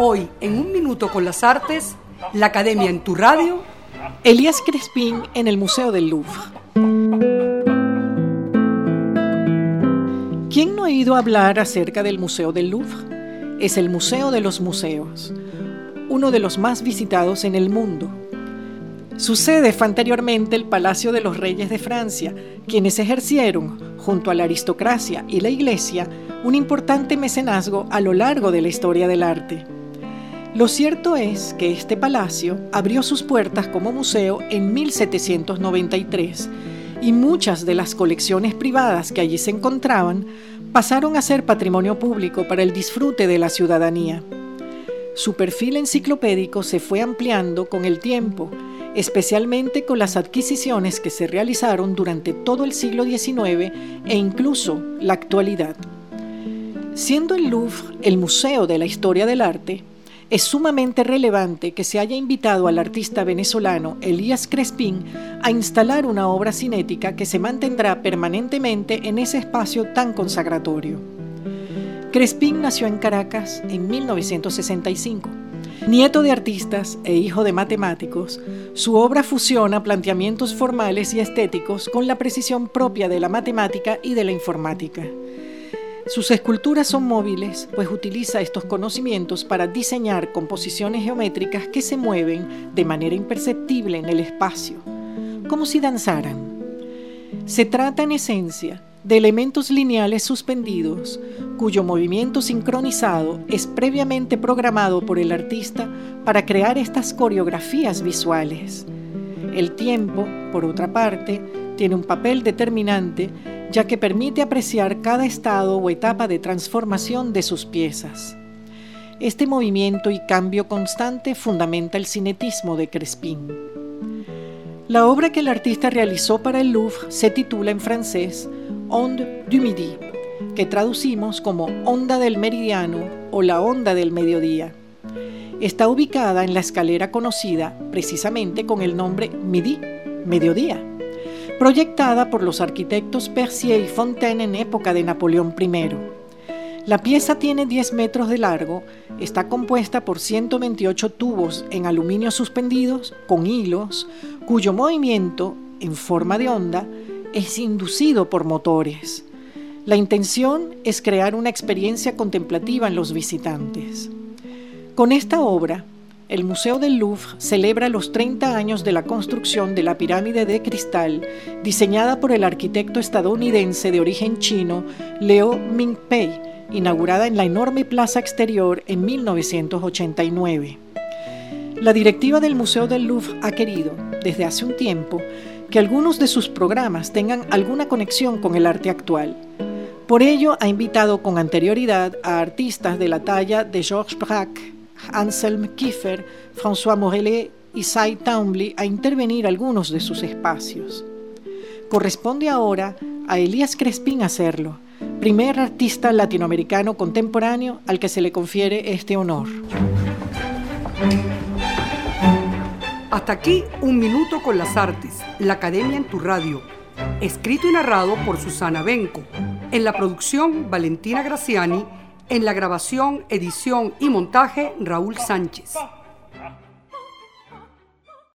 Hoy, en Un Minuto con las Artes, la Academia en tu radio. Elías Crespin en el Museo del Louvre. ¿Quién no ha oído hablar acerca del Museo del Louvre? Es el museo de los museos, uno de los más visitados en el mundo. Su sede fue anteriormente el Palacio de los Reyes de Francia, quienes ejercieron, junto a la aristocracia y la Iglesia, un importante mecenazgo a lo largo de la historia del arte. Lo cierto es que este palacio abrió sus puertas como museo en 1793 y muchas de las colecciones privadas que allí se encontraban pasaron a ser patrimonio público para el disfrute de la ciudadanía. Su perfil enciclopédico se fue ampliando con el tiempo, especialmente con las adquisiciones que se realizaron durante todo el siglo XIX e incluso la actualidad. Siendo el Louvre el museo de la historia del arte, es sumamente relevante que se haya invitado al artista venezolano Elías Crespin a instalar una obra cinética que se mantendrá permanentemente en ese espacio tan consagratorio. Crespin nació en Caracas en 1965. Nieto de artistas e hijo de matemáticos, su obra fusiona planteamientos formales y estéticos con la precisión propia de la matemática y de la informática. Sus esculturas son móviles, pues utiliza estos conocimientos para diseñar composiciones geométricas que se mueven de manera imperceptible en el espacio, como si danzaran. Se trata en esencia de elementos lineales suspendidos, cuyo movimiento sincronizado es previamente programado por el artista para crear estas coreografías visuales. El tiempo, por otra parte, tiene un papel determinante, ya que permite apreciar cada estado o etapa de transformación de sus piezas. Este movimiento y cambio constante fundamenta el cinetismo de Crespin. La obra que el artista realizó para el Louvre se titula en francés Onde du Midi, que traducimos como Onda del Meridiano o la Onda del Mediodía. Está ubicada en la escalera conocida precisamente con el nombre Midi, Mediodía, proyectada por los arquitectos Percier y Fontaine en época de Napoleón I. La pieza tiene 10 metros de largo, está compuesta por 128 tubos en aluminio suspendidos con hilos, cuyo movimiento, en forma de onda, es inducido por motores. La intención es crear una experiencia contemplativa en los visitantes. Con esta obra, el Museo del Louvre celebra los 30 años de la construcción de la pirámide de cristal diseñada por el arquitecto estadounidense de origen chino Liu Mingpei, inaugurada en la enorme plaza exterior en 1989. La directiva del Museo del Louvre ha querido, desde hace un tiempo, que algunos de sus programas tengan alguna conexión con el arte actual. Por ello, ha invitado con anterioridad a artistas de la talla de Georges Braque, Anselm Kiefer, François Morellet y Cy Twombly a intervenir algunos de sus espacios. Corresponde ahora a Elías Crespin hacerlo, primer artista latinoamericano contemporáneo al que se le confiere este honor. Hasta aquí Un Minuto con las Artes, la Academia en tu radio. Escrito y narrado por Susana Benco. En la producción, Valentina Graciani. En la grabación, edición y montaje, Raúl Sánchez.